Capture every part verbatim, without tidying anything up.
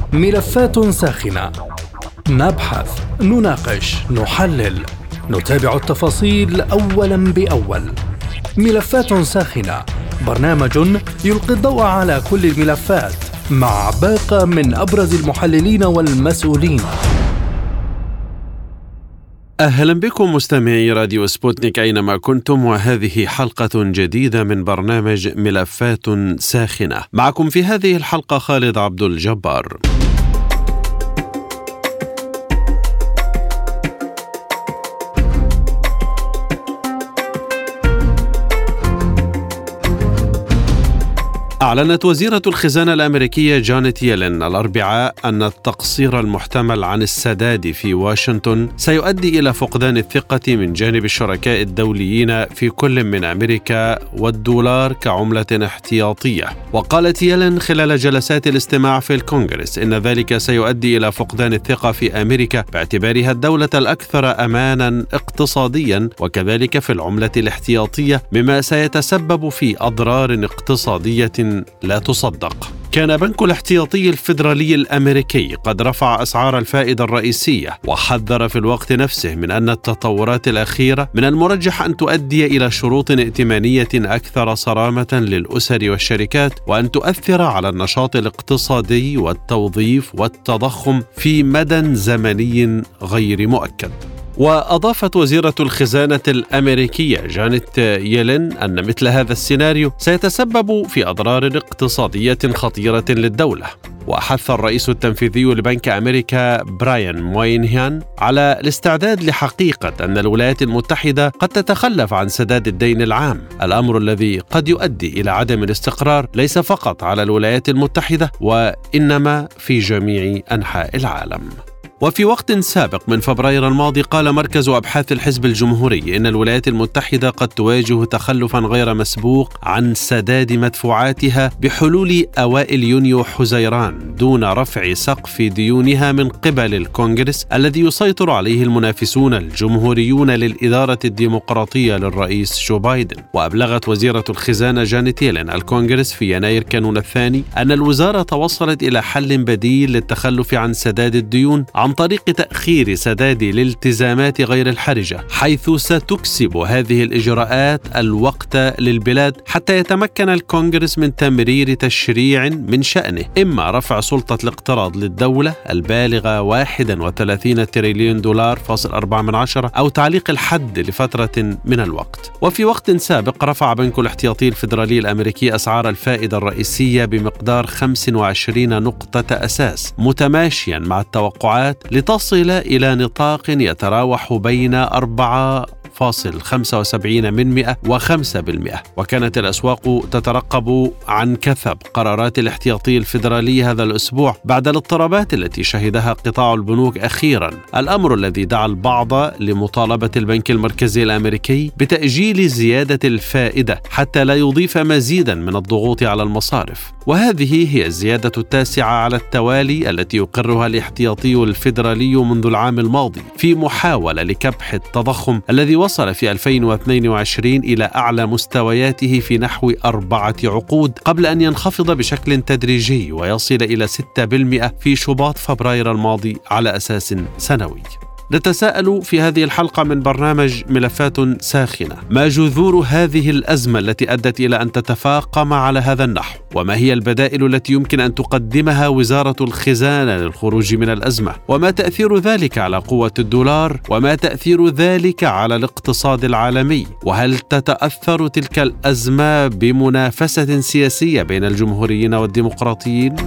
ملفات ساخنة، نبحث، نناقش، نحلل، نتابع التفاصيل أولاً بأول. ملفات ساخنة، برنامج يلقي الضوء على كل الملفات مع باقة من أبرز المحللين والمسؤولين. أهلا بكم مستمعي راديو سبوتنيك أينما كنتم، وهذه حلقة جديدة من برنامج ملفات ساخنة. معكم في هذه الحلقة خالد عبد الجبار. أعلنت وزيرة الخزانة الأمريكية جانيت يلين الأربعاء أن التقصير المحتمل عن السداد في واشنطن سيؤدي إلى فقدان الثقة من جانب الشركاء الدوليين في كل من أمريكا والدولار كعملة احتياطية. وقالت يلين خلال جلسات الاستماع في الكونغرس إن ذلك سيؤدي إلى فقدان الثقة في أمريكا باعتبارها الدولة الأكثر أمانا اقتصاديا وكذلك في العملة الاحتياطية، مما سيتسبب في أضرار اقتصادية لا تصدق. كان بنك الاحتياطي الفيدرالي الأمريكي قد رفع أسعار الفائدة الرئيسية، وحذر في الوقت نفسه من أن التطورات الأخيرة من المرجح أن تؤدي إلى شروط ائتمانية أكثر صرامة للأسر والشركات، وأن تؤثر على النشاط الاقتصادي والتوظيف والتضخم في مدى زمني غير مؤكد. وأضافت وزيرة الخزانة الأمريكية جانيت يلين أن مثل هذا السيناريو سيتسبب في أضرار اقتصادية خطيرة للدولة. وحث الرئيس التنفيذي لبنك أمريكا براين موينهان على الاستعداد لحقيقة أن الولايات المتحدة قد تتخلف عن سداد الدين العام، الأمر الذي قد يؤدي إلى عدم الاستقرار ليس فقط على الولايات المتحدة وإنما في جميع أنحاء العالم. وفي وقت سابق من فبراير الماضي قال مركز أبحاث الحزب الجمهوري إن الولايات المتحدة قد تواجه تخلفا غير مسبوق عن سداد مدفوعاتها بحلول أوائل يونيو حزيران دون رفع سقف ديونها من قبل الكونغرس الذي يسيطر عليه المنافسون الجمهوريون للإدارة الديمقراطية للرئيس جو بايدن. وأبلغت وزيرة الخزانة جانيت يلين الكونغرس في يناير كانون الثاني أن الوزارة وصلت إلى حل بديل للتخلف عن سداد الديون عن طريق تأخير سداد الالتزامات غير الحرجة، حيث ستكسب هذه الإجراءات الوقت للبلاد حتى يتمكن الكونغرس من تمرير تشريع من شأنه إما رفع سلطة الاقتراض للدولة البالغة واحد وثلاثين تريليون دولار فاصل أربعة من عشرة أو تعليق الحد لفترة من الوقت. وفي وقت سابق رفع بنك الاحتياطي الفيدرالي الأمريكي أسعار الفائدة الرئيسية بمقدار خمسة وعشرين نقطة أساس متماشيا مع التوقعات لتصل إلى نطاق يتراوح بين أربعة فاصل خمسة وسبعين من مئة وخمسة بالمئة. وكانت الأسواق تترقب عن كثب قرارات الاحتياطي الفيدرالي هذا الأسبوع بعد الاضطرابات التي شهدها قطاع البنوك أخيرا، الأمر الذي دعا البعض لمطالبة البنك المركزي الأمريكي بتأجيل زيادة الفائدة حتى لا يضيف مزيدا من الضغوط على المصارف. وهذه هي الزيادة التاسعة على التوالي التي يقرها الاحتياطي الفيدرالي منذ العام الماضي في محاولة لكبح التضخم الذي وصل في ألفين واثنين وعشرين إلى أعلى مستوياته في نحو أربعة عقود قبل أن ينخفض بشكل تدريجي ويصل إلى ستة بالمئة في شباط فبراير الماضي على أساس سنوي. نتساءل في هذه الحلقة من برنامج ملفات ساخنة: ما جذور هذه الأزمة التي أدت إلى أن تتفاقم على هذا النحو؟ وما هي البدائل التي يمكن أن تقدمها وزارة الخزانة للخروج من الأزمة؟ وما تأثير ذلك على قوة الدولار؟ وما تأثير ذلك على الاقتصاد العالمي؟ وهل تتأثر تلك الأزمة بمنافسة سياسية بين الجمهوريين والديمقراطيين؟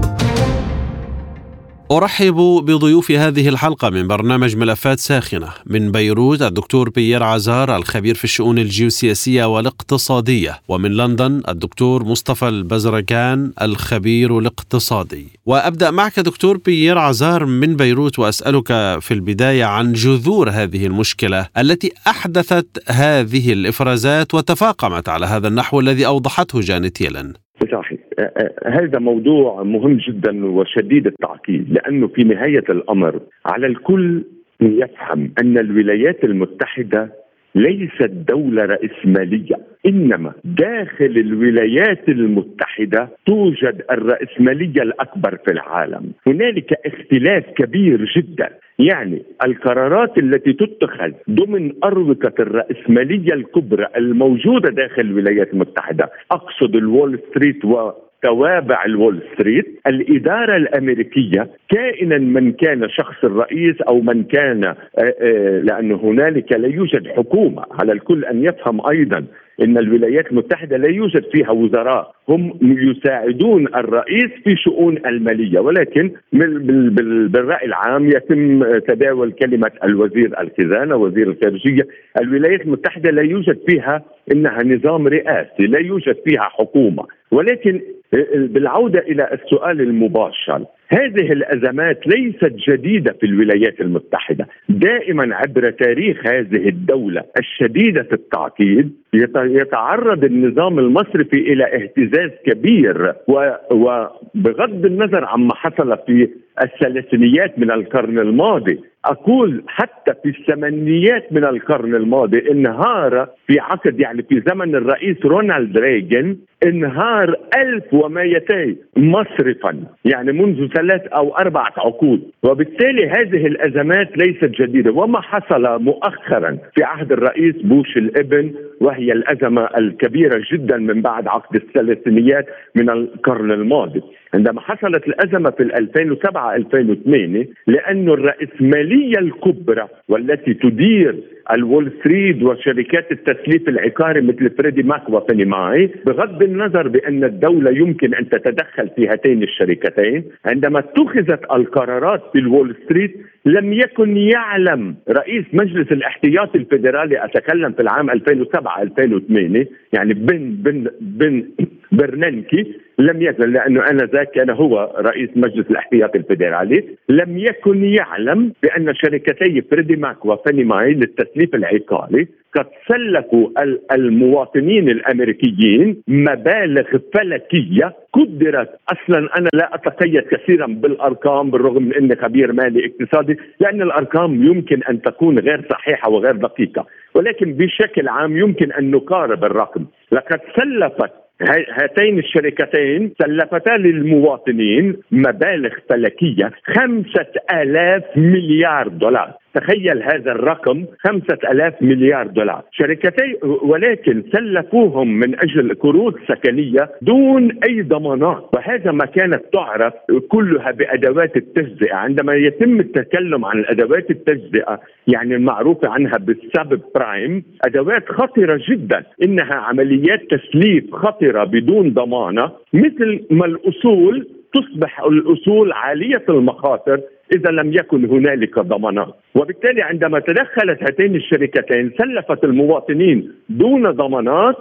أرحب بضيوف هذه الحلقة من برنامج ملفات ساخنة. من بيروت الدكتور بيير عزار الخبير في الشؤون الجيوسياسية والاقتصادية، ومن لندن الدكتور مصطفى البزركان الخبير الاقتصادي. وأبدأ معك دكتور بيير عزار من بيروت وأسألك في البداية عن جذور هذه المشكلة التي أحدثت هذه الإفرازات وتفاقمت على هذا النحو الذي أوضحته جانيت يلين. صحيح، هذا موضوع مهم جدا وشديد التعقيد، لأنه في نهاية الأمر على الكل يفهم أن الولايات المتحدة ليست دولة رأسمالية، إنما داخل الولايات المتحدة توجد الرأسمالية الأكبر في العالم. هنالك اختلاف كبير جدا، يعني القرارات التي تتخذ ضمن أروقة الرأسمالية الكبرى الموجودة داخل الولايات المتحدة، أقصد الوول ستريت و توابع الول ستريت، الإدارة الأمريكية كائنا من كان شخص الرئيس أو من كان، لأن هنالك لا يوجد حكومة، على الكل أن يفهم أيضا إن الولايات المتحدة لا يوجد فيها وزراء، هم يساعدون الرئيس في شؤون المالية، ولكن بالرأي العام يتم تداول كلمة الوزير الخزانة وزير الخارجية. الولايات المتحدة لا يوجد فيها إنها نظام رئاسي، لا يوجد فيها حكومة. ولكن بالعودة إلى السؤال المباشر، هذه الأزمات ليست جديدة في الولايات المتحدة. دائما عبر تاريخ هذه الدولة الشديدة التعقيد يتعرض النظام المصرفي إلى اهتزاز كبير، وبغض النظر عما حصل في الثلاثينيات من القرن الماضي، أقول حتى في الثمانينيات من القرن الماضي انهار في عقد، يعني في زمن الرئيس رونالد ريغان انهار ألف ومئتين مصرفا، يعني منذ ثلاث أو أربعة عقود. وبالتالي هذه الأزمات ليست جديدة. وما حصل مؤخرا في عهد الرئيس بوش الابن وهي الأزمة الكبيرة جدا من بعد عقد الثلاثينيات من القرن الماضي، عندما حصلت الأزمة في ألفين وسبعة ألفين وثمانية، لأن الرأسمالية الكبرى والتي تدير الول ستريت وشركات التسليف العقاري مثل فريدي ماك وفاني ماي، بغض النظر بأن الدولة يمكن أن تتدخل في هاتين الشركتين، عندما اتخذت القرارات في الول ستريت لم يكن يعلم رئيس مجلس الاحتياطي الفيدرالي، أتكلم في العام ألفين وسبعة ألفين وثمانية، يعني بن بن بن برنانكي، لم يكن، لأنه أنا ذاك كان هو رئيس مجلس الاحتياطي الفيدرالي، لم يكن يعلم بأن شركتي فريدي ماك وفاني ماي للتسليف العقاري قد سلفوا المواطنين الأمريكيين مبالغ فلكية قدرت. أصلا أنا لا أتقيد كثيرا بالأرقام بالرغم من أني خبير مالي اقتصادي، لأن الأرقام يمكن أن تكون غير صحيحة وغير دقيقة، ولكن بشكل عام يمكن أن نقارب الرقم. لقد سلفت هاتين الشركتين سلفتا للمواطنين مبالغ فلكية خمسة آلاف مليار دولار. تخيل هذا الرقم، خمسة آلاف مليار دولار شركتين، ولكن سلفوهم من أجل قروض سكنية دون أي ضمانات. وهذا ما كانت تعرف كلها بأدوات التجزئة. عندما يتم التكلم عن الأدوات التجزئة يعني المعروف عنها بالسب برايم، أدوات خطرة جدا، إنها عمليات تسليف خطرة بدون ضمانة، مثل ما الأصول تصبح الأصول عالية المخاطر إذا لم يكن هنالك ضمانات. وبالتالي عندما تدخلت هاتين الشركتين سلفت المواطنين دون ضمانات،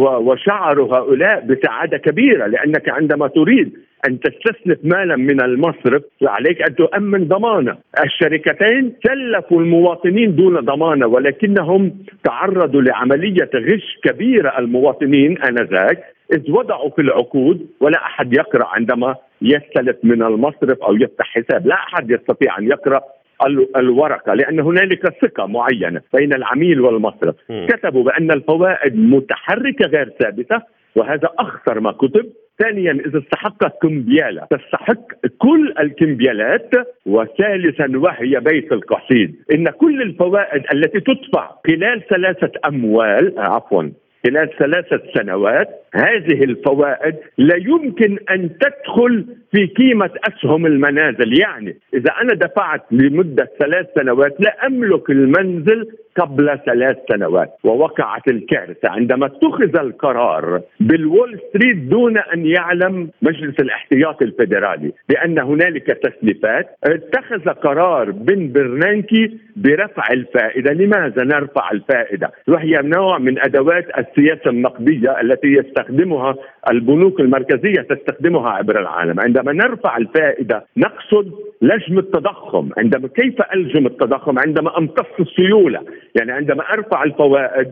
وشعروا هؤلاء بسعادة كبيرة، لأنك عندما تريد أن تستسلف مالا من المصرف عليك أن تؤمن ضمانة. الشركتين سلفوا المواطنين دون ضمانة، ولكنهم تعرضوا لعملية غش كبيرة المواطنين آنذاك، إذ وضعوا في العقود ولا أحد يقرأ عندما يستلف من المصرف أو يفتح حساب، لا أحد يستطيع أن يقرأ الورقة، لأن هنالك ثقة معينة بين العميل والمصرف. م. كتبوا بأن الفوائد متحركة غير ثابتة، وهذا أخطر ما كتب. ثانيا، إذا استحقت كمبيالة تستحق كل الكمبيالات. وثالثا، وهي بيت القصيد، إن كل الفوائد التي تدفع خلال ثلاثة أموال عفوا خلال ثلاثة سنوات، هذه الفوائد لا يمكن أن تدخل في قيمة أسهم المنازل. يعني إذا أنا دفعت لمدة ثلاث سنوات لا أملك المنزل قبل ثلاث سنوات. ووقعت الكارثة عندما اتخذ القرار بالول ستريت دون أن يعلم مجلس الاحتياطي الفيدرالي بأن هنالك تسليفات. اتخذ قرار بن برنانكي برفع الفائدة. لماذا نرفع الفائدة؟ وهي نوع من أدوات السياسة النقدية التي يستخدمها البنوك المركزية، تستخدمها عبر العالم. عندما نرفع الفائدة نقصد لجم التضخم. عندما كيف ألجم التضخم؟ عندما أمتص السيولة. يعني عندما أرفع الفوائد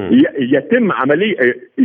يتم عملية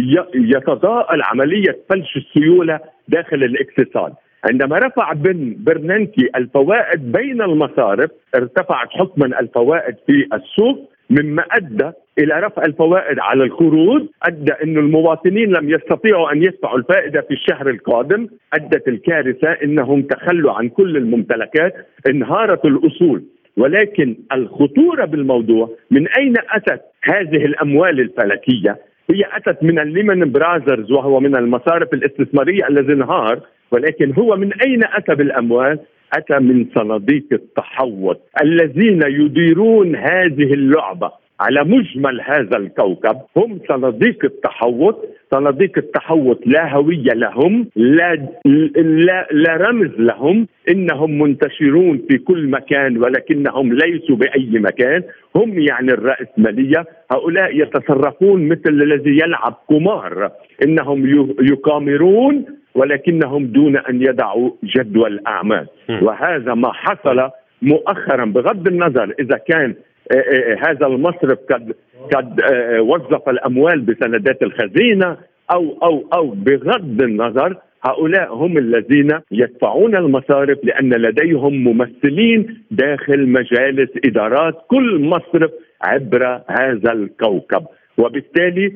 يتضاءل عملية فلش السيولة داخل الاقتصاد. عندما رفع بن برنانكي الفوائد بين المصارف، ارتفعت حكما الفوائد في السوق، مما أدى إلى رفع الفوائد على القروض، أدى أن المواطنين لم يستطيعوا أن يدفعوا الفائدة في الشهر القادم، أدت الكارثة أنهم تخلوا عن كل الممتلكات، انهارت الأصول. ولكن الخطورة بالموضوع من أين أتت هذه الأموال الفلكية؟ هي أتت من الليمان براذرز وهو من المصارف الاستثمارية الذي انهار، ولكن هو من أين أتى بالأموال؟ أتى من صناديق التحوط الذين يديرون هذه اللعبة على مجمل هذا الكوكب. هم صناديق التحوط. صناديق التحوط لا هوية لهم، لا, لا, لا رمز لهم، إنهم منتشرون في كل مكان ولكنهم ليسوا بأي مكان. هم يعني الرأسمالية، هؤلاء يتصرفون مثل الذي يلعب قمار، إنهم يقامرون ولكنهم دون أن يضعوا جدول أعمال. وهذا ما حصل مؤخرا، بغض النظر إذا كان هذا المصرف قد قد وظف الأموال بسندات الخزينة أو أو أو بغض النظر، هؤلاء هم الذين يدفعون المصارف لأن لديهم ممثلين داخل مجالس إدارات كل مصرف عبر هذا الكوكب. وبالتالي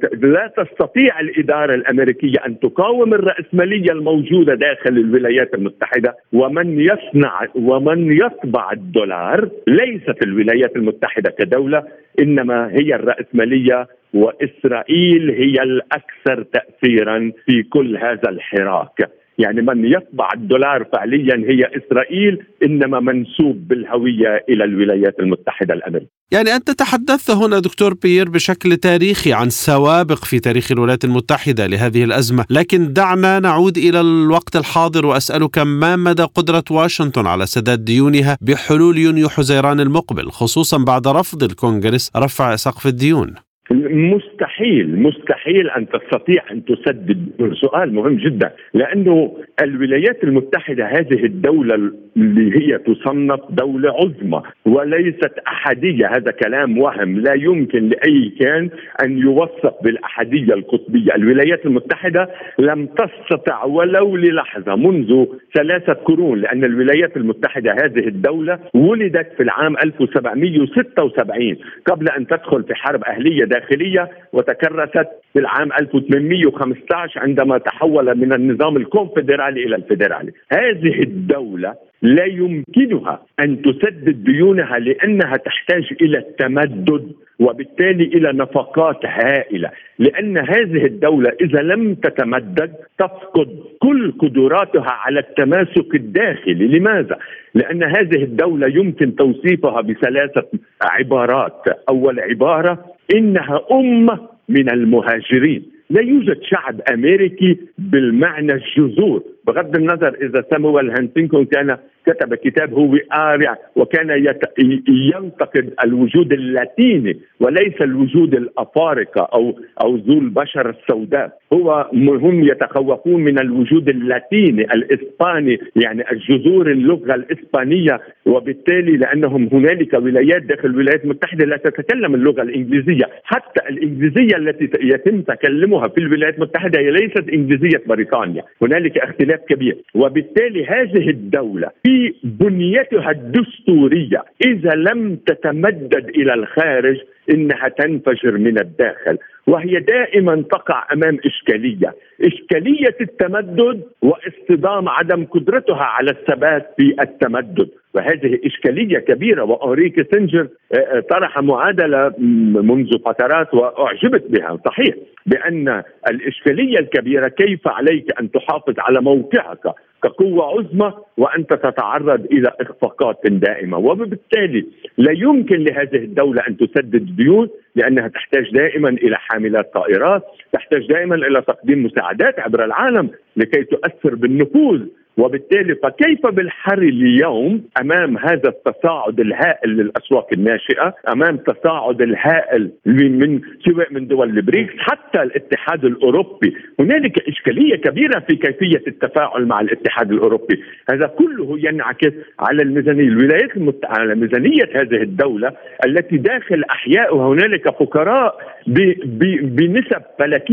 لا تستطيع الإدارة الأمريكية أن تقاوم الرأسمالية الموجودة داخل الولايات المتحدة. ومن يصنع ومن يطبع الدولار ليست الولايات المتحدة كدولة، إنما هي الرأسمالية، وإسرائيل هي الأكثر تأثيرا في كل هذا الحراك. يعني من يطبع الدولار فعليا هي إسرائيل، إنما منسوب بالهوية إلى الولايات المتحدة الأمريكية. يعني أنت تحدثت هنا دكتور بيير بشكل تاريخي عن سوابق في تاريخ الولايات المتحدة لهذه الأزمة، لكن دعنا نعود إلى الوقت الحاضر وأسألك ما مدى قدرة واشنطن على سداد ديونها بحلول يونيو حزيران المقبل، خصوصا بعد رفض الكونغرس رفع سقف الديون؟ مستحيل مستحيل أن تستطيع أن تسدد. سؤال مهم جدا، لأنه الولايات المتحدة هذه الدولة اللي هي تصنف دولة عظمى وليست أحدية. هذا كلام وهم، لا يمكن لأي كان أن يوصف بالأحدية القطبية. الولايات المتحدة لم تستطع ولو للحظة منذ ثلاثة قرون، لأن الولايات المتحدة هذه الدولة ولدت في العام ألف وسبعمئة وستة وسبعين قبل أن تدخل في حرب أهلية داخلية، وتكرست في العام ألف وثمانمئة وخمسة عشر عندما تحول من النظام الكونفدرالي إلى الفيدرالي. هذه الدولة لا يمكنها أن تسدد ديونها لأنها تحتاج إلى التمدد وبالتالي إلى نفقات هائلة، لأن هذه الدولة إذا لم تتمدد تفقد كل قدراتها على التماسك الداخلي. لماذا؟ لأن هذه الدولة يمكن توصيفها بثلاثة عبارات. أول عبارة إنها أمة من المهاجرين. لا يوجد شعب أمريكي بالمعنى الجذور، بغض النظر إذا سامويل هانتنغتون كان كتب كتاب هو آرع وكان ينتقد الوجود اللاتيني وليس الوجود الأفارقة أو أو ذو البشرة السوداء. هو هم يتخوفون من الوجود اللاتيني الإسباني، يعني الجذور اللغة الإسبانية، وبالتالي لأنهم هنالك ولايات داخل الولايات المتحدة لا تتكلم اللغة الإنجليزية. حتى الإنجليزية التي يتم تكلمها في الولايات المتحدة هي ليست إنجليزية بريطانيا، هنالك اختلاف كبير. وبالتالي هذه الدولة في بنيتها الدستورية إذا لم تتمدد إلى الخارج إنها تنفجر من الداخل، وهي دائما تقع أمام إشكالية إشكالية التمدد واصطدام عدم قدرتها على الثبات في التمدد. وهذه إشكالية كبيرة، وأنري كيسنجر طرح معادلة منذ فترات وأعجبت بها صحيح، بأن الإشكالية الكبيرة كيف عليك أن تحافظ على موقعك كقوة عظمى وأنت تتعرض إلى إخفاقات دائمة. وبالتالي لا يمكن لهذه الدولة أن تسدد ديون لأنها تحتاج دائما إلى حاملات طائرات، تحتاج دائما إلى تقديم مساعدات عبر العالم لكي تؤثر بالنفوذ. وبالتالي فكيف بالحري اليوم أمام هذا التصاعد الهائل للأسواق الناشئة، أمام تصاعد الهائل من سواء من دول البريكس حتى الاتحاد الأوروبي؟ هنالك إشكالية كبيرة في كيفية التفاعل مع الاتحاد الأوروبي. هذا كله ينعكس على الميزانية الولايات المتحدة، على ميزانية هذه الدولة التي داخل أحياء وهنالك فقراء ب... ب... بنسب فلكية.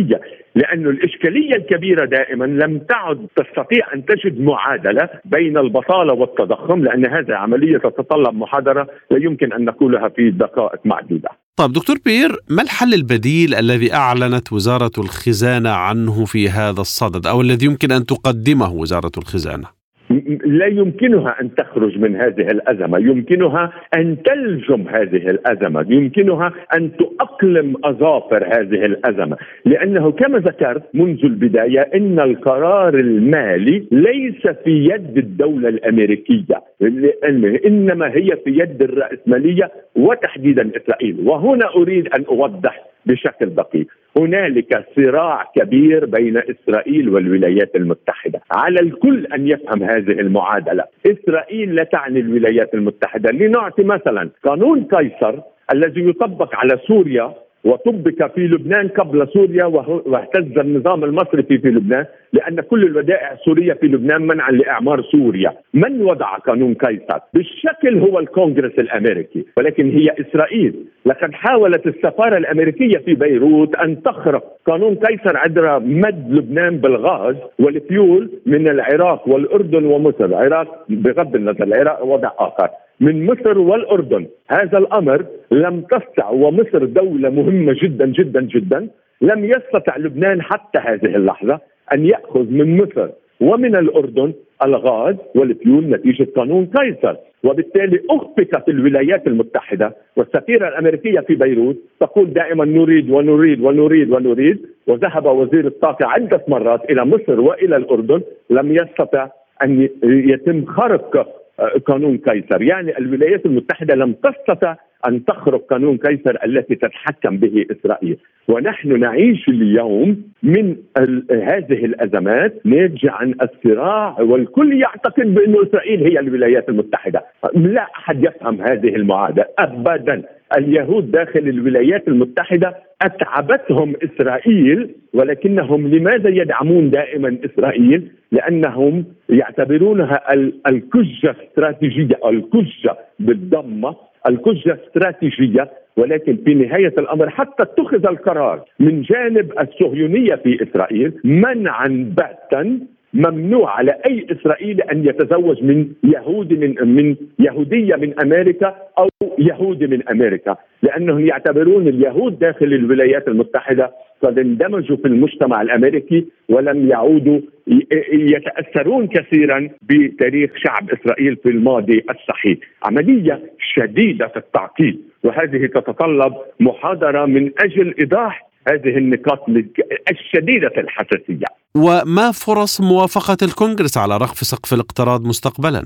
لأن الإشكالية الكبيرة دائما لم تعد تستطيع أن تجد معادلة بين البطالة والتضخم، لأن هذه عملية تتطلب محاضرة لا يمكن أن نقولها في دقائق معدودة. طيب دكتور بيير، ما الحل البديل الذي أعلنت وزارة الخزانة عنه في هذا الصدد، أو الذي يمكن أن تقدمه وزارة الخزانة؟ لا يمكنها أن تخرج من هذه الأزمة، يمكنها أن تلجم هذه الأزمة، يمكنها أن تؤقلم أظافر هذه الأزمة، لأنه كما ذكرت منذ البداية إن القرار المالي ليس في يد الدولة الأمريكية، إنما هي في يد الرأسمالية وتحديدا إسرائيل. وهنا أريد أن أوضح بشكل دقيق، هنالك صراع كبير بين إسرائيل والولايات المتحدة، على الكل أن يفهم هذه المعادلة. إسرائيل لا تعني الولايات المتحدة. لنعطي مثلا قانون قيصر الذي يطبق على سوريا وطبق في لبنان قبل سوريا، واهتز النظام المصري في, في لبنان لأن كل الودائع السورية في لبنان منعا لإعمار سوريا. من وضع قانون قيصر؟ بالشكل هو الكونغرس الأمريكي، ولكن هي إسرائيل. لقد حاولت السفارة الأمريكية في بيروت أن تخرق قانون قيصر عبر مد لبنان بالغاز والفيول من العراق والأردن ومصر. العراق بغض النظر، العراق وضع آخر، من مصر والأردن. هذا الأمر لم تستطع، ومصر دولة مهمة جدا جدا جدا، لم يستطع لبنان حتى هذه اللحظة أن يأخذ من مصر ومن الأردن الغاز والفيول نتيجة قانون قيصر. وبالتالي أخفقت الولايات المتحدة، والسفيرة الأمريكية في بيروت تقول دائما نريد ونريد ونريد ونريد، وذهب وزير الطاقة عدة مرات إلى مصر وإلى الأردن، لم يستطع أن يتم خرق قانون قيصر. يعني الولايات المتحدة لم تستطع أن تخرق قانون قيصر التي تتحكم به إسرائيل. ونحن نعيش اليوم من هذه الأزمات ناتجة عن الصراع، والكل يعتقد بأن إسرائيل هي الولايات المتحدة. لا أحد يفهم هذه المعادلة أبدا. اليهود داخل الولايات المتحدة أتعبتهم إسرائيل، ولكنهم لماذا يدعمون دائما إسرائيل؟ لأنهم يعتبرونها الكجة استراتيجية، الكجة بالضمة، الكجة استراتيجية. ولكن في نهاية الأمر حتى اتخذ القرار من جانب الصهيونية في إسرائيل منعا باتا، ممنوع على أي إسرائيلي أن يتزوج من يهودي من من يهودية من أمريكا أو يهودي من أمريكا، لأنهم يعتبرون اليهود داخل الولايات المتحدة قد اندمجوا في المجتمع الأمريكي ولم يعودوا يتأثرون كثيرا بتاريخ شعب إسرائيل في الماضي الصحيح. عملية شديدة التعقيد، وهذه تتطلب محاضرة من أجل إيضاح هذه النقاط الشديدة الحساسية. وما فرص موافقة الكونغرس على رفع سقف الاقتراض مستقبلا؟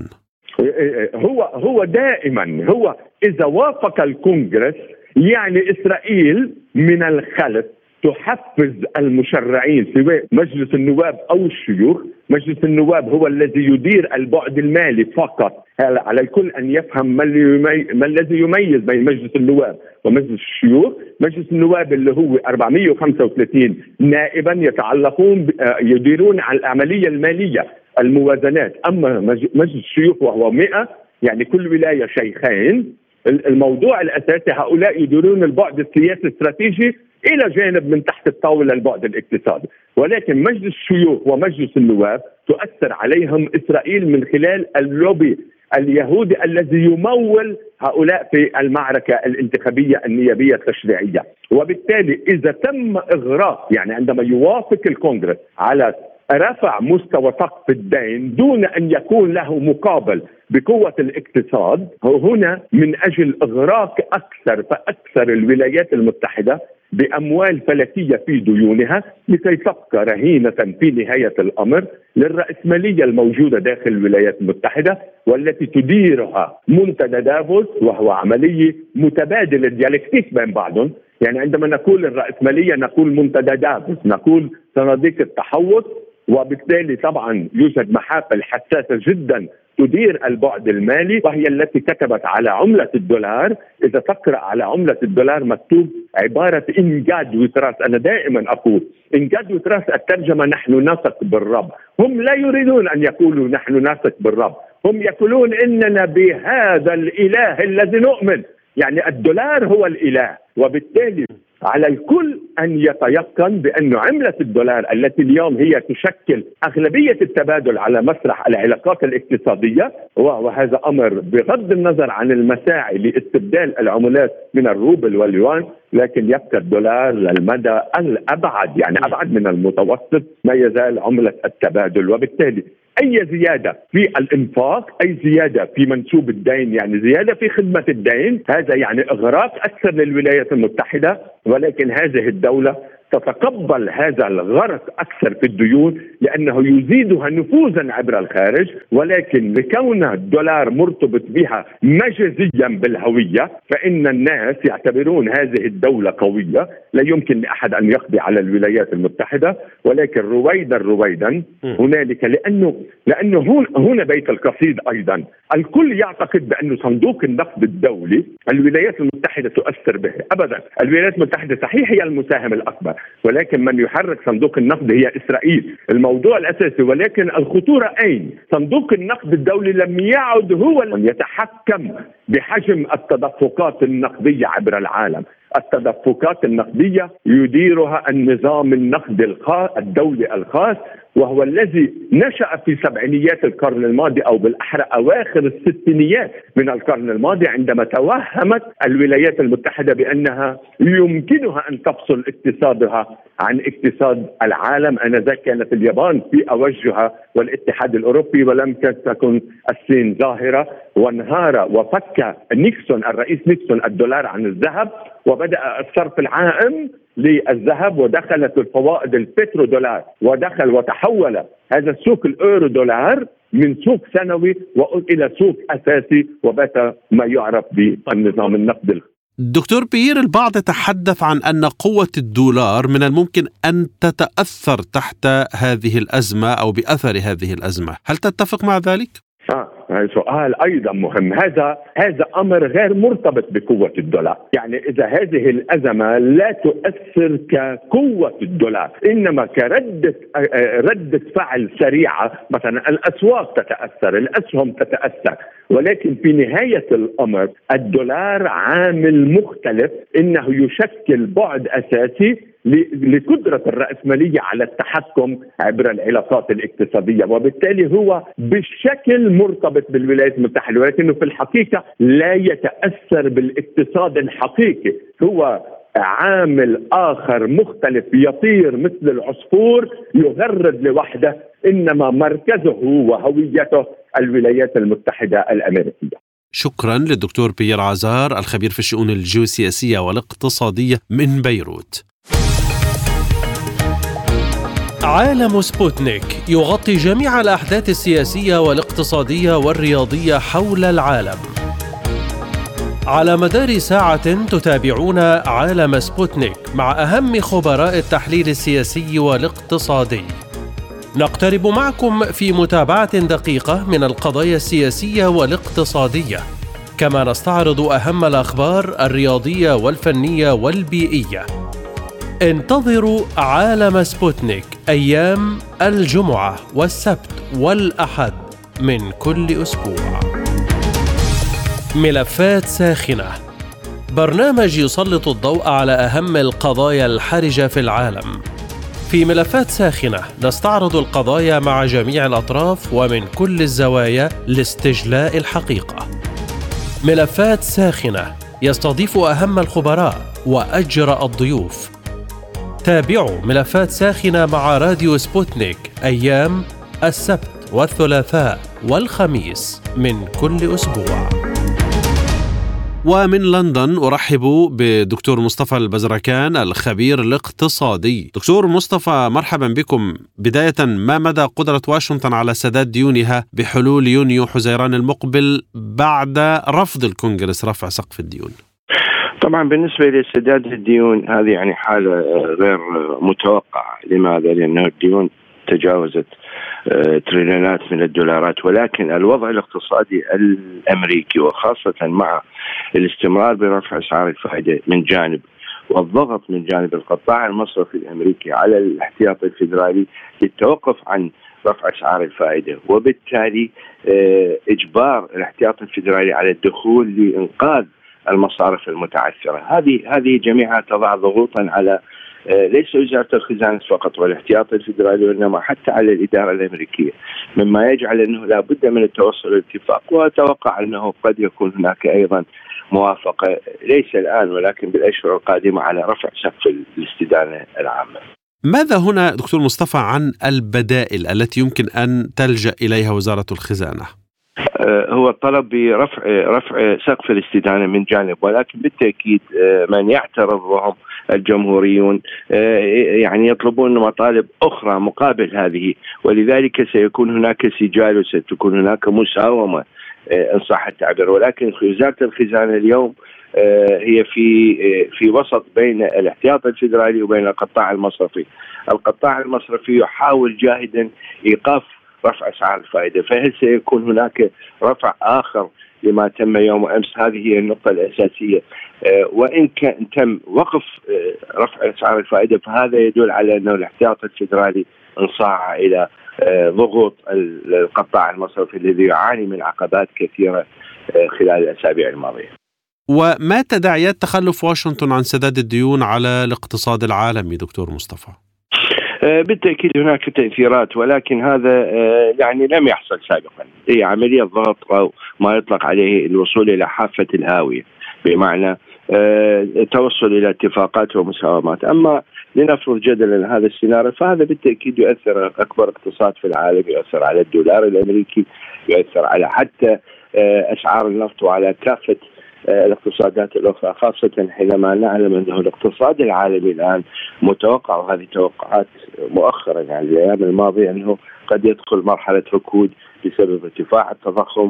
هو هو دائما هو إذا وافق الكونغرس يعني إسرائيل من الخلف تحفز المشرعين سواء مجلس النواب أو الشيوخ. مجلس النواب هو الذي يدير البعد المالي فقط. على الكل أن يفهم ما, يمي... ما الذي يميز بين مجلس النواب ومجلس الشيوخ. مجلس النواب اللي هو أربعمائة وخمسة وثلاثين نائبا يتعلقون ب... يديرون على العملية المالية الموازنات. أما مجلس الشيوخ وهو مئة، يعني كل ولاية شيخين. الموضوع الأساسي هؤلاء يديرون البعد السياسي الاستراتيجي إلى جانب من تحت الطاولة البعد الاقتصادي. ولكن مجلس الشيوخ ومجلس النواب تؤثر عليهم إسرائيل من خلال اللوبي اليهودي الذي يمول هؤلاء في المعركة الانتخابية النيابية التشريعية. وبالتالي إذا تم إغراق، يعني عندما يوافق الكونغرس على رفع مستوى سقف الدين دون أن يكون له مقابل بقوة الاقتصاد، هنا من أجل إغراق أكثر فأكثر الولايات المتحدة بأموال فلكية في ديونها لكي تبقى رهينة في نهاية الأمر للرأسمالية الموجودة داخل الولايات المتحدة، والتي تديرها منتدى دافوس، وهو عملية متبادلة ديالكتيك بين بعضهم. يعني عندما نقول الرأسمالية نقول منتدى دافوس، نقول صناديق التحوط. وبالتالي طبعا يوجد محافل حساسة جدا تدير البعد المالي، وهي التي كتبت على عملة الدولار. إذا تقرأ على عملة الدولار مكتوب عبارة إن جاد وتراس. أنا دائما أقول إن جاد وتراس، الترجمة نحن نثق بالرب. هم لا يريدون أن يقولوا نحن نثق بالرب، هم يقولون إننا بهذا الإله الذي نؤمن. يعني الدولار هو الإله. وبالتالي على الكل أن يتيقن بأن عملة الدولار التي اليوم هي تشكل أغلبية التبادل على مسرح العلاقات الاقتصادية، وهذا أمر بغض النظر عن المساعي لاستبدال العملات من الروبل واليوان، لكن يبقى الدولار للمدى الأبعد، يعني أبعد من المتوسط، ما يزال عملة التبادل. وبالتالي أي زيادة في الإنفاق، أي زيادة في منسوب الدين، يعني زيادة في خدمة الدين، هذا يعني إغراق أكثر للولايات المتحدة. ولكن هذه الدولة تتقبل هذا الغرق أكثر في الديون لأنه يزيدها نفوذا عبر الخارج، ولكن لكون الدولار مرتبط بها مجازيا بالهوية فإن الناس يعتبرون هذه الدولة قوية، لا يمكن لأحد أن يقضي على الولايات المتحدة. ولكن رويدا رويدا هنالك، لأنه لأنه هنا بيت القصيد أيضا، الكل يعتقد بأن صندوق النقد الدولي الولايات المتحدة تؤثر به. أبدا، الولايات المتحدة صحيح هي المساهم الأكبر، ولكن من يحرك صندوق النقد هي إسرائيل، الموضوع الأساسي. ولكن الخطورة أين؟ صندوق النقد الدولي لم يعد هو من يتحكم بحجم التدفقات النقدية عبر العالم. التدفقات النقدية يديرها النظام النقد الخاص الدولي الخاص، وهو الذي نشأ في سبعينيات القرن الماضي أو بالأحرى أواخر الستينيات من القرن الماضي، عندما توهمت الولايات المتحدة بأنها يمكنها أن تفصل اقتصادها عن اقتصاد العالم. آنذاك كانت اليابان في أوجها والاتحاد الأوروبي، ولم تكن الصين ظاهرة، وانهار وفك نيكسون الرئيس نيكسون الدولار عن الذهب، وبدأ الصرف العام للذهب، ودخلت الفوائد البترو دولار، ودخل وتحول هذا السوق الأورو دولار من سوق سنوي وإلى سوق أساسي، وبات ما يعرف بالنظام النقدي. دكتور بيير، البعض يتحدث عن أن قوة الدولار من الممكن أن تتأثر تحت هذه الأزمة أو بأثر هذه الأزمة، هل تتفق مع ذلك؟ آه سؤال أيضا مهم. هذا هذا أمر غير مرتبط بقوة الدولار. يعني إذا هذه الأزمة لا تؤثر كقوة الدولار، إنما كردة ردة فعل سريعة، مثلا الأسواق تتأثر، الأسهم تتأثر، ولكن في نهاية الأمر الدولار عامل مختلف، إنه يشكل بعد أساسي لقدرة الرأسمالية على التحكم عبر العلاقات الاقتصادية، وبالتالي هو بالشكل مرتبط بالولايات المتحدة، ولكنه في الحقيقة لا يتأثر بالاقتصاد الحقيقي. هو عامل آخر مختلف يطير مثل العصفور يغرد لوحده، إنما مركزه وهويته الولايات المتحدة الأمريكية. شكرا للدكتور بيير عازار، الخبير في الشؤون الجيوسياسية والاقتصادية من بيروت. عالم سبوتنيك يغطي جميع الأحداث السياسية والاقتصادية والرياضية حول العالم. على مدار ساعة تتابعون عالم سبوتنيك مع أهم خبراء التحليل السياسي والاقتصادي. نقترب معكم في متابعة دقيقة من القضايا السياسية والاقتصادية، كما نستعرض أهم الأخبار الرياضية والفنية والبيئية. انتظروا عالم سبوتنيك أيام الجمعة والسبت والأحد من كل أسبوع. ملفات ساخنة، برنامج يسلط الضوء على أهم القضايا الحرجة في العالم. في ملفات ساخنة نستعرض القضايا مع جميع الأطراف ومن كل الزوايا لاستجلاء الحقيقة. ملفات ساخنة يستضيف أهم الخبراء وأجرأ الضيوف. تابعوا ملفات ساخنة مع راديو سبوتنيك أيام السبت والثلاثاء والخميس من كل أسبوع. ومن لندن أرحب بدكتور مصطفى البزركان الخبير الاقتصادي. دكتور مصطفى، مرحبا بكم. بداية، ما مدى قدرة واشنطن على سداد ديونها بحلول يونيو حزيران المقبل بعد رفض الكونغرس رفع سقف الديون؟ طبعا بالنسبة لسداد الديون هذه يعني حالة غير متوقعة. لماذا؟ لأنه الديون تجاوزت تريليونات من الدولارات، ولكن الوضع الاقتصادي الأمريكي وخاصة مع الاستمرار برفع أسعار الفائدة من جانب والضغط من جانب القطاع المصرفي الأمريكي على الاحتياطي الفيدرالي للتوقف عن رفع أسعار الفائدة، وبالتالي إجبار الاحتياطي الفيدرالي على الدخول لإنقاذ المصارف المتعثرة. هذه هذه جميعها تضع ضغوطا على ليس وزارة الخزانة فقط والاحتياط الفيدرالي، وإنما حتى على الإدارة الأمريكية، مما يجعل أنه لا بد من التوصل للاتفاق. وأتوقع أنه قد يكون هناك أيضا موافقة ليس الآن ولكن بالأشهر القادمة على رفع سقف الاستدانة العامة. ماذا هنا دكتور مصطفى عن البدائل التي يمكن أن تلجأ إليها وزارة الخزانة؟ هو الطلب برفع رفع سقف الاستدانة من جانب، ولكن بالتأكيد من يعترض وهم الجمهوريون يعني يطلبون مطالب أخرى مقابل هذه، ولذلك سيكون هناك سجال وستكون هناك مساومة إن صح التعبير. ولكن وزارة الخزانة اليوم هي في في وسط بين الاحتياط الفيدرالي وبين القطاع المصرفي. القطاع المصرفي يحاول جاهدا إيقاف رفع أسعار الفائدة، فهل سيكون هناك رفع آخر لما تم يوم أمس؟ هذه هي النقطة الأساسية. وإن كان تم وقف رفع أسعار الفائدة فهذا يدل على أنه الاحتياط الفيدرالي انصاع إلى ضغوط القطاع المصرفي الذي يعاني من عقبات كثيرة خلال الأسابيع الماضية. وما تداعيات تخلف واشنطن عن سداد الديون على الاقتصاد العالمي دكتور مصطفى؟ بالتأكيد هناك تأثيرات، ولكن هذا يعني لم يحصل سابقا. هي عملية ضغط أو ما يطلق عليه الوصول إلى حافة الهاوية، بمعنى التوصل إلى اتفاقات ومساومات. أما لنفرض جدلا هذا السيناريو فهذا بالتأكيد يؤثر أكبر اقتصاد في العالم، يؤثر على الدولار الأمريكي، يؤثر على حتى أسعار النفط وعلى كافة الاقتصادات الأخرى، خاصة حينما نعلم أنه الاقتصاد العالمي الآن متوقع، وهذه توقعات مؤخرا يعني الأيام الماضية، أنه قد يدخل مرحلة ركود بسبب ارتفاع التضخم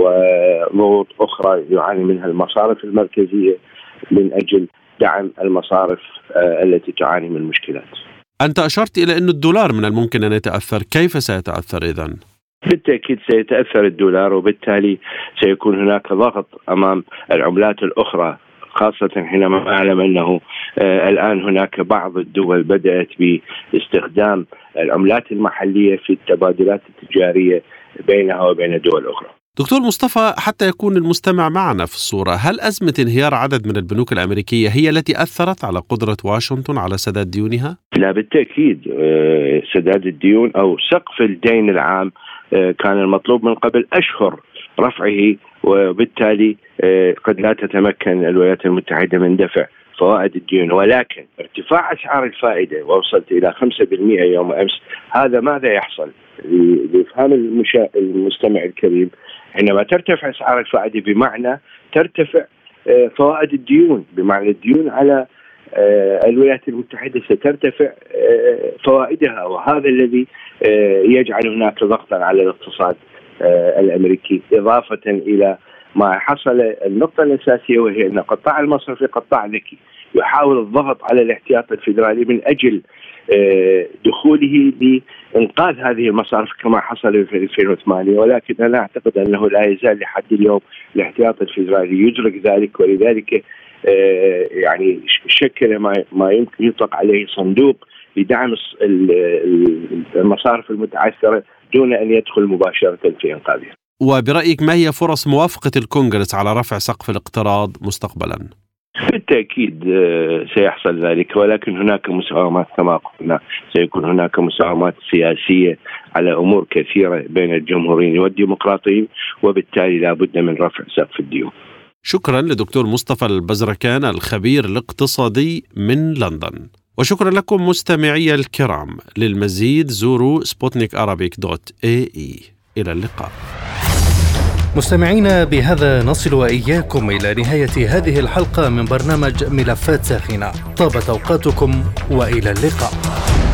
وضغوط أخرى يعاني منها المصارف المركزية من أجل دعم المصارف التي تعاني من مشكلات. أنت أشرت إلى أن الدولار من الممكن أن يتأثر، كيف سيتأثر إذن؟ بالتأكيد سيتأثر الدولار، وبالتالي سيكون هناك ضغط أمام العملات الأخرى، خاصة حينما نعلم أنه آه الآن هناك بعض الدول بدأت باستخدام العملات المحلية في التبادلات التجارية بينها وبين الدول الأخرى. دكتور مصطفى، حتى يكون المستمع معنا في الصورة، هل أزمة انهيار عدد من البنوك الأمريكية هي التي أثرت على قدرة واشنطن على سداد ديونها؟ لا بالتأكيد، آه سداد الديون أو سقف الدين العام كان المطلوب من قبل أشهر رفعه، وبالتالي قد لا تتمكن الولايات المتحدة من دفع فوائد الديون. ولكن ارتفاع أسعار الفائدة ووصلت إلى خمسة بالمئة يوم أمس، هذا ماذا يحصل؟ لإفهام المستمع الكريم، عندما ترتفع أسعار الفائدة بمعنى ترتفع فوائد الديون، بمعنى الديون على الولايات المتحدة سترتفع فوائدها، وهذا الذي يجعل هناك ضغطا على الاقتصاد الأمريكي، إضافة إلى ما حصل. النقطة الأساسية وهي أن القطاع المصرفي قطاع ذكي يحاول الضغط على الاحتياط الفيدرالي من أجل دخوله لإنقاذ هذه المصارف كما حصل في ألفين وثمانية، ولكن أنا أعتقد أنه لا يزال لحد اليوم الاحتياط الفيدرالي يدرك ذلك، ولذلك يعني شكل ما ما يمكن يطلق عليه صندوق لدعم المصارف المتعثرة دون أن يدخل مباشرة في إنقاذها. وبرأيك ما هي فرص موافقة الكونغرس على رفع سقف الاقتراض مستقبلا؟ بالتأكيد سيحصل ذلك، ولكن هناك مساومات كما قلنا، سيكون هناك مساومات سياسية على أمور كثيرة بين الجمهوريين والديمقراطيين، وبالتالي لا بد من رفع سقف الديون. شكرا لدكتور مصطفى البزركان الخبير الاقتصادي من لندن. وشكرا لكم مستمعي الكرام. للمزيد زوروا سبوتنيك أرابيك دوت إيه إي. إلى اللقاء. مستمعينا، بهذا نصل وإياكم إلى نهاية هذه الحلقة من برنامج ملفات ساخنة. طابت أوقاتكم وإلى اللقاء.